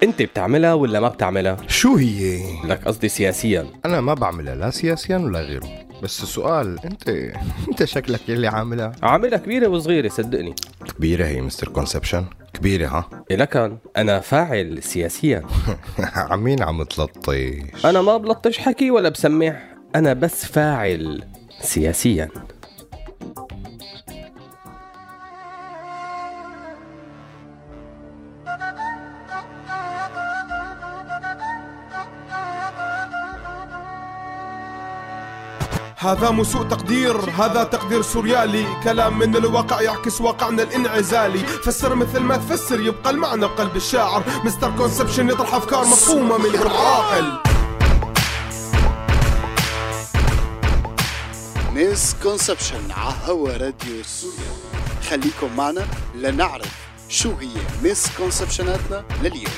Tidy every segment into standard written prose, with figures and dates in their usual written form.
انت بتعملها ولا ما بتعملها؟ شو هي؟ لك قصدي سياسيا. أنا ما بعملها لا سياسيا ولا غيره، بس السؤال أنت شكلك يلي عاملها كبيرة وصغيرة صدقني. كبيرة هي مستر كونسبشن، كبيرة ها؟ لكن أنا فاعل سياسيا. عمين عم تلطش؟ أنا ما بلطش حكي ولا بسمح، أنا بس فاعل سياسيا. هذا مو سوء تقدير، هذا تقدير سوريالي، كلام من الواقع يعكس واقعنا الانعزالي. فسر مثل ما تفسر يبقى المعنى بقلب الشاعر. مستر كونسبشن يطرح افكار مفهومه من غير عاقل. ميس كونسبشن عهوا راديو سوريا. خليكم معنا لنعرف شو هي ميس كونسبشناتنا لليوم.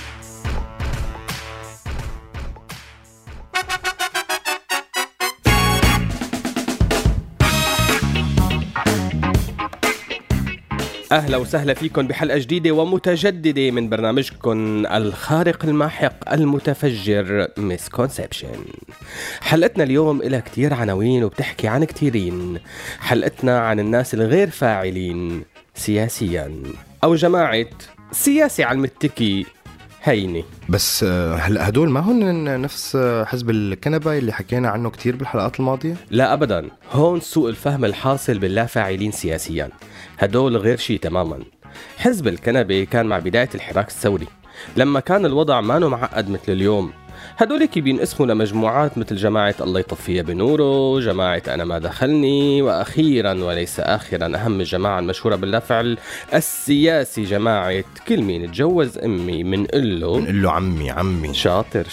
أهلا وسهلا فيكم بحلقة جديدة ومتجددة من برنامجكم الخارق الماحق المتفجر مسكونسبشن. حلقتنا اليوم إلها كتير عناوين وبتحكي عن كتيرين. حلقتنا عن الناس الغير فاعلين سياسيا، أو جماعة سياسي على المتكي هيني. بس هلا هدول ما هن نفس حزب الكنبة اللي حكينا عنه كتير بالحلقات الماضية؟ لا أبدا، هون سوء الفهم الحاصل باللا فاعلين سياسيا. هدول غير شي تماما. حزب الكنبة كان مع بداية الحراك الثوري، لما كان الوضع مانو معقد مثل اليوم. هدولك بينقسموا لمجموعات مثل جماعة الله يطفيها بنوره، جماعة أنا ما دخلني، وأخيرا وليس آخرا أهم الجماعة المشهورة باللافعل السياسي، جماعة كل مين تجوز أمي منقول له عمي شاطر.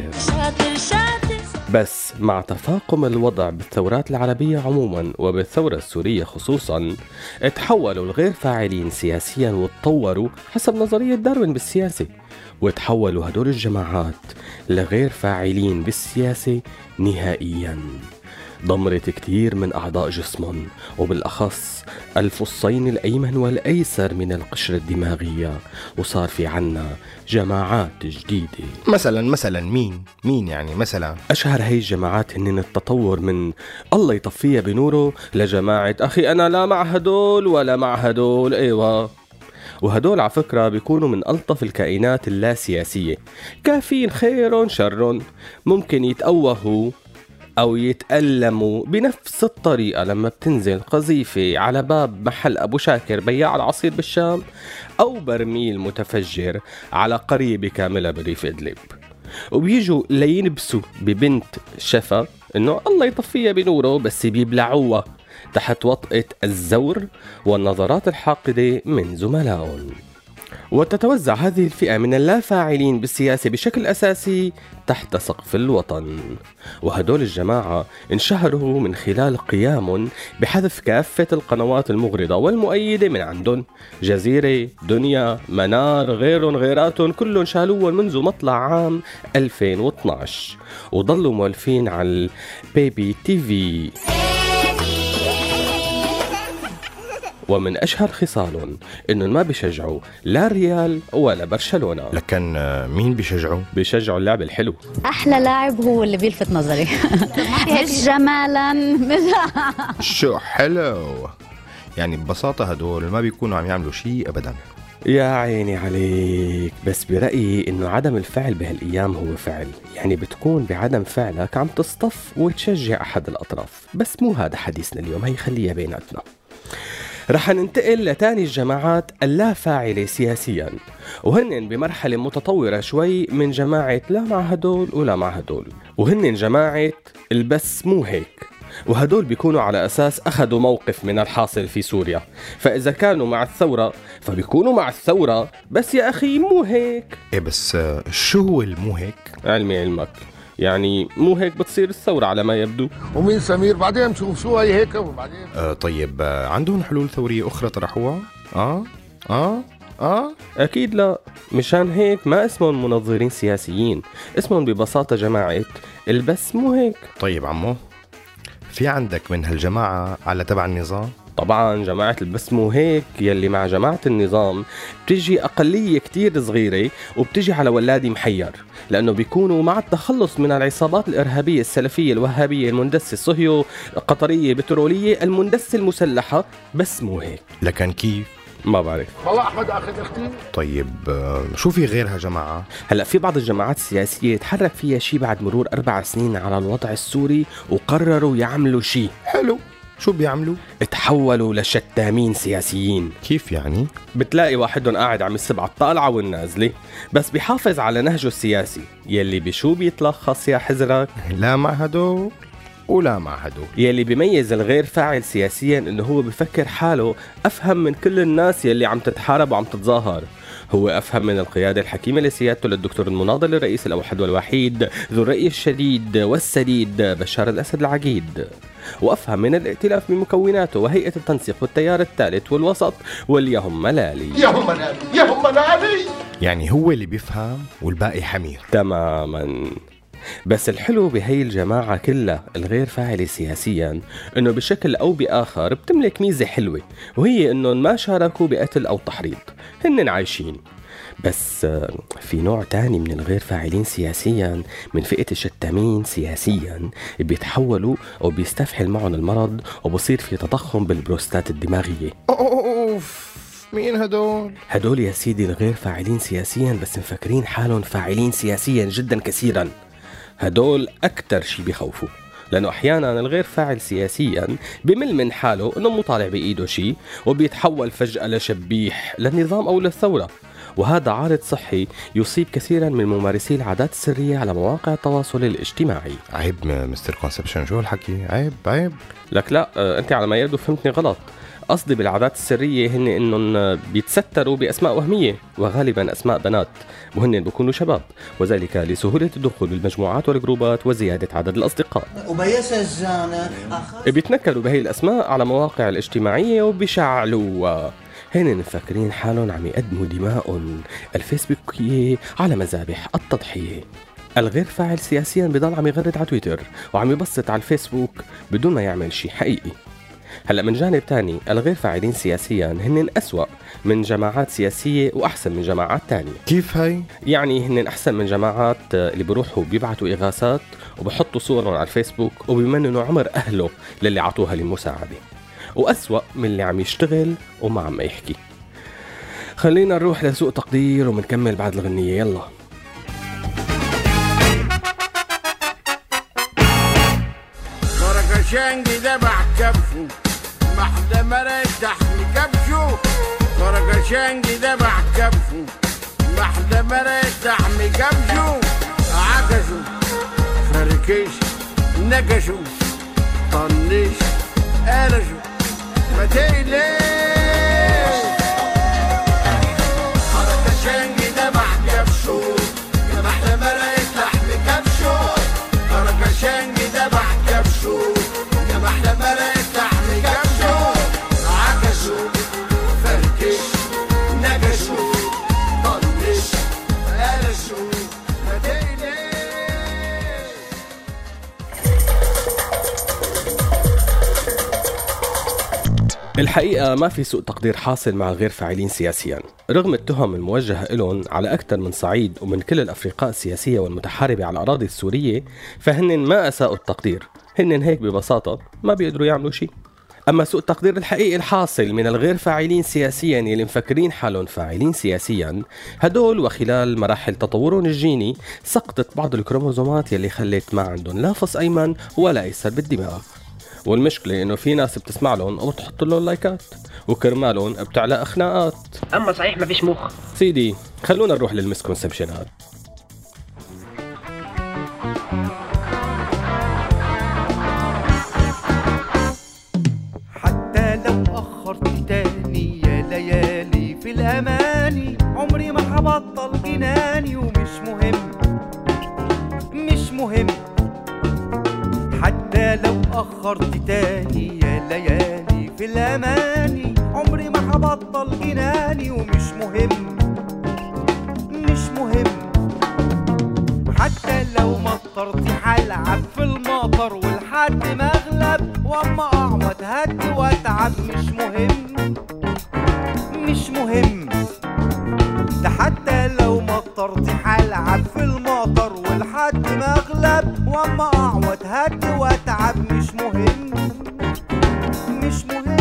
بس مع تفاقم الوضع بالثورات العربية عموما وبالثورة السورية خصوصا، تحولوا الغير فاعلين سياسيا وتطوروا حسب نظرية داروين بالسياسة، وتحولوا هدول الجماعات لغير فاعلين بالسياسة نهائيا. ضمرت كتير من أعضاء جسمهم، وبالأخص الفصين الأيمن والأيسر من القشرة الدماغية، وصار في عنا جماعات جديدة. مثلا مين يعني مثلا؟ أشهر هاي الجماعات هن التطور من الله يطفيها بنوره لجماعة أخي أنا لا مع هدول ولا مع هدول. أيوة، وهدول على فكرة بيكونوا من ألطف الكائنات اللا سياسية، كافين خير شر، ممكن يتأوهوا أو يتألموا بنفس الطريقة لما بتنزل قذيفة على باب محل أبو شاكر بياع العصير بالشام، أو برميل متفجر على قرية كاملة بريف إدلب، وبيجوا لينبسوا ببنت شفا إنه الله يطفيها بنوره، بس بيبلعوها تحت وطأة الزور والنظرات الحاقدة من زملائهم. وتتوزع هذه الفئة من اللافاعلين بالسياسة بشكل أساسي تحت سقف الوطن. وهدول الجماعة انشهروا من خلال قيام بحذف كافة القنوات المغرضة والمؤيدة من عندهم، جزيرة، دنيا، منار، غيراتهم كلهم شالوهم منذ مطلع عام 2012، وضلوا مولفين على البيبي تي في. ومن أشهر خصالهم إنهم ما بيشجعوا لا ريال ولا برشلونة. لكن مين بيشجعوا؟ بيشجعوا اللعب الحلو. أحلى لاعب هو اللي بيلفت نظري مش جمالا شو حلو. يعني ببساطة هدول ما بيكونوا عم يعملوا شيء أبدا. يا عيني عليك، بس برأيي إنه عدم الفعل بهالأيام هو فعل، يعني بتكون بعدم فعلك عم تصطف وتشجع أحد الأطراف. بس مو هذا حديثنا اليوم، هي خليها بيناتنا. رح ننتقل لتاني الجماعات اللا فاعلة سياسيا، وهن بمرحلة متطورة شوي من جماعة لا مع هدول ولا مع هدول، وهن جماعة البس مو هيك. وهدول بيكونوا على أساس أخذوا موقف من الحاصل في سوريا، فإذا كانوا مع الثورة فبيكونوا مع الثورة، بس يا أخي مو هيك. إيه بس شو هو المو هيك؟ علمي علمك، يعني مو هيك بتصير الثورة على ما يبدو. ومين سمير بعدين نشوف شو هي هيك وبعدين. طيب عندهم حلول ثورية أخرى طرحوها؟ أكيد لا، مشان هيك ما اسمهم منظرين سياسيين، اسمهم ببساطة جماعة البس مو هيك. طيب عمو، في عندك من هالجماعة على تبع النظام؟ طبعا جماعة البسم وهيك يلي مع جماعة النظام بتجي أقلية كتير صغيرة وبتجي على ولادي محير، لأنه بيكونوا مع التخلص من العصابات الإرهابية السلفية الوهابية المندسة الصهيو قطرية بترولية المندسة المسلحة بسم وهيك. لكن كيف؟ ما بعرف والله أحمد أخذ أختي. طيب شو في غيرها جماعة؟ هلأ في بعض الجماعات السياسية تحرك فيها شي بعد مرور 4 سنين على الوضع السوري وقرروا يعملوا شي حلو. شو بيعملوا؟ تحولوا لشتامين سياسيين. كيف يعني؟ بتلاقي واحدهم قاعد عم يسب على الطالعة والنازلة بس بيحافظ على نهجه السياسي يلي بشو بيتلخص يا حزرك؟ لا مع هدول ولا مع هدول. يلي بيميز الغير فاعل سياسيا انه هو بفكر حاله افهم من كل الناس يلي عم تتحارب وعم تتظاهر. هو افهم من القيادة الحكيمة لسيادته للدكتور المناضل للرئيس الاوحد والوحيد ذو الرأي الشديد والسديد بشار الاسد العقيد، وافهم من الائتلاف بمكوناته وهيئة التنسيق والتيار الثالث والوسط واليهم ملالي. يهم ملالي. يعني هو اللي بيفهم والباقي حمير. تماما. بس الحلو بهي الجماعة كلها الغير فاعلة سياسيا انه بشكل او باخر بتملك ميزة حلوة، وهي انه ما شاركوا بقتل او تحريض، هن عايشين. بس في نوع تاني من الغير فاعلين سياسيا من فئة الشتامين سياسيا بيتحولوا او بيستفحل معهم المرض وبصير في تضخم بالبروستات الدماغية. أوف، مين هدول؟ هدول يا سيدي الغير فاعلين سياسيا بس مفكرين حالهم فاعلين سياسيا جدا كثيرا. هدول أكتر شي بيخوفوا، لأنه أحيانا الغير فاعل سياسيا بمل من حاله أنه مو طالع بإيده شي وبيتحول فجأة لشبيح للنظام أو للثورة، وهذا عارض صحي يصيب كثيرا من ممارسي العادات السرية على مواقع التواصل الاجتماعي. عيب مستر كونسبشن، شو الحكي؟ عيب. لك لا، أنت على ما يبدو فهمتني غلط. قصدي بالعادات السرية هن إنهم بيتستروا بأسماء وهمية وغالبا أسماء بنات وهن بيكونوا شباب، وذلك لسهولة الدخول بالمجموعات والجروبات وزيادة عدد الأصدقاء. بيتنكروا بهي الأسماء على مواقع الاجتماعية وبيشعلوا هن مفكرين حالهم عم يقدموا دماء الفيسبوكية على مذابح التضحية. الغير فاعل سياسيا بضل عم يغرد على تويتر وعم يبسط على الفيسبوك بدون ما يعمل شي حقيقي. هلأ من جانب تاني الغير فاعلين سياسيا هن أسوأ من جماعات سياسية وأحسن من جماعات تانية. كيف هاي؟ يعني هن أحسن من جماعات اللي بيروحوا بيبعتوا إغاثات وبحطوا صورهم على الفيسبوك وبيمننوا عمر أهله للي عطوها للمساعدة، وأسوأ من اللي عم يشتغل وما عم يحكي. خلينا نروح لسوء تقدير ومنكمل بعد الغنية. يلا. شانجي دبح كبشو محدة مرة تحمي كبشو. فرق شانجي دبح كبشو محدة مرة تحمي كبشو. عكشو فركش نكشو طنش قرشو ما تقلقش. فرق شانجي دبح كبشو محدة مرة تحمي كبشو. فرق شانجي دبح كبشو محلى مرق تحمي كبشو. عكشو فركش نكشو طنش قرشو ما تقلقش. الحقيقة ما في سوء تقدير حاصل مع الغير فاعلين سياسيا رغم التهم الموجهة لهم على أكثر من صعيد ومن كل الأفرقاء السياسية والمتحاربة على الأراضي السورية، فهن ما أساءوا التقدير، هن هيك ببساطة ما بيقدروا يعملوا شيء. أما سوء التقدير الحقيقي الحاصل من الغير فاعلين سياسيا يلي مفكرين حالهم فاعلين سياسيا هدول، وخلال مراحل تطورهم الجيني سقطت بعض الكروموزومات يلي خلت ما عندهم لا فص أيمن ولا أيسر بالدماغ. والمشكلة إنه في ناس بتسمع لهم وبتحط لهم لايكات وكرمالهم بتعلق خناقات. أما صحيح ما فيش مخ سيدي. خلونا نروح للمسكونسبشنات. حتى لو أخرت تاني يا ليالي في الأماني عمري ما هبطل جناني ومش مهم مش مهم. حتى لو أخرت تاني يا ليالي في الأماني عمري ما هبطل جناني ومش مهم مش مهم. حتى لو مطرت هلعب في المطر ولحد ما أغلب وأما أعمد هدي واتعب مش مهم، مش مهم. ده حتى لو مطرت هلعب في المطر ولحد ما اغلب، واما اقعد هدي واتعب مش مهم، مش مهم.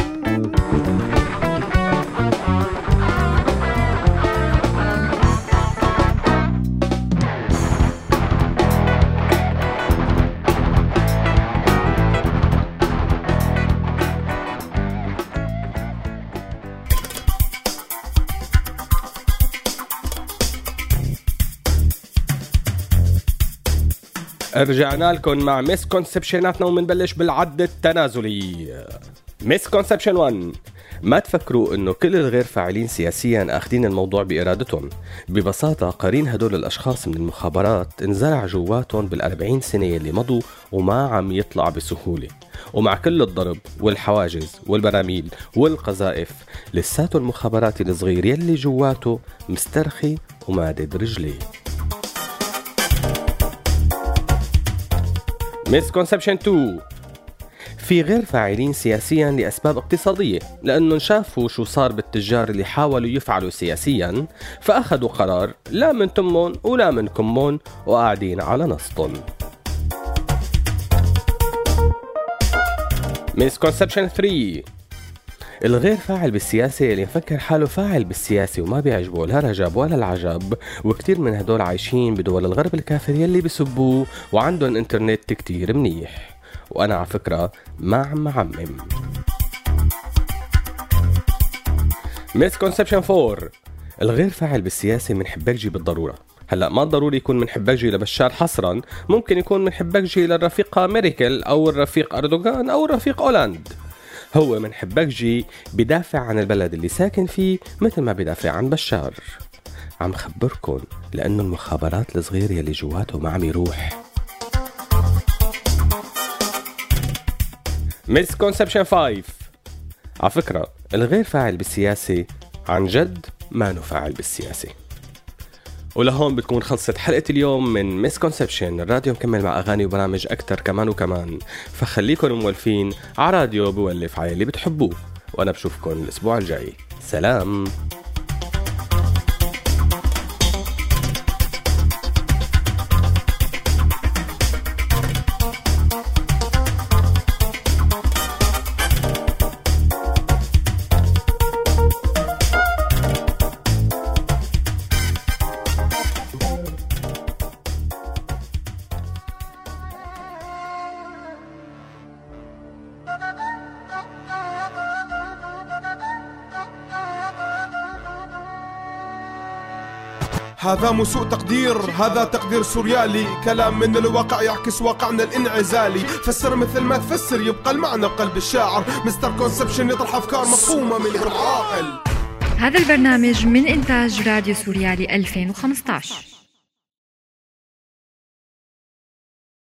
رجعنا لكم مع مسكونسبشناتنا ومنبلش بالعد التنازلي. مسكونسبشن 1: ما تفكروا انه كل الغير فاعلين سياسيا اخذين الموضوع بارادتهم. ببساطة قارين هدول الاشخاص من المخابرات انزرع جواتهم بال40 سنة اللي مضوا وما عم يطلع بسهولة، ومع كل الضرب والحواجز والبراميل والقذائف لساته المخابراتي الصغير يلي جواته مسترخي ومادد رجليه. مسكونسبشن 2: في غير فاعلين سياسيا لأسباب اقتصادية، لأنه شافوا شو صار بالتجار اللي حاولوا يفعلوا سياسيا فأخذوا قرار لا من تمون ولا من كمون وقاعدين على نصطن. مسكونسبشن 3: الغير فاعل بالسياسة اللي يفكر حاله فاعل بالسياسة وما بيعجبه لا رجب ولا العجب، وكتير من هدول عايشين بدول الغرب الكافر يلي بسبوه وعندهم انترنت كتير منيح، وانا على فكرة ما عم معمم. مسكونسبشن 4: الغير فاعل بالسياسة من حبكجي بالضرورة. هلأ ما ضروري يكون من حبكجي لبشار حصرا، ممكن يكون من حبكجي للرفيقة ميركل أو الرفيق أردوغان أو الرفيق أولاند. هو من حبكجي بدافع عن البلد اللي ساكن فيه مثل ما بدافع عن بشار. عم خبركن لأنه المخابرات الصغير يلي جواته ما عم يروح. مسكونسبشن 5: على فكرة الغير فاعل بالسياسة عن جد ما نفاعل بالسياسة. ولهون بتكون خلصت حلقة اليوم من مسكونسبشن. الراديو مكمل مع أغاني وبرامج أكتر كمان وكمان، فخليكن مولفين على راديو بولف على اللي بتحبوه، وأنا بشوفكن الأسبوع الجاي. سلام. هذا مو سوء تقدير، هذا تقدير سوريالي، كلام من الواقع يعكس واقعنا الانعزالي. فسر مثل ما تفسر يبقى المعنى بقلب الشاعر. مستر كونسبشن يطرح افكار مفهومه من غير عاقل. هذا البرنامج من انتاج راديو سوريالي 2015.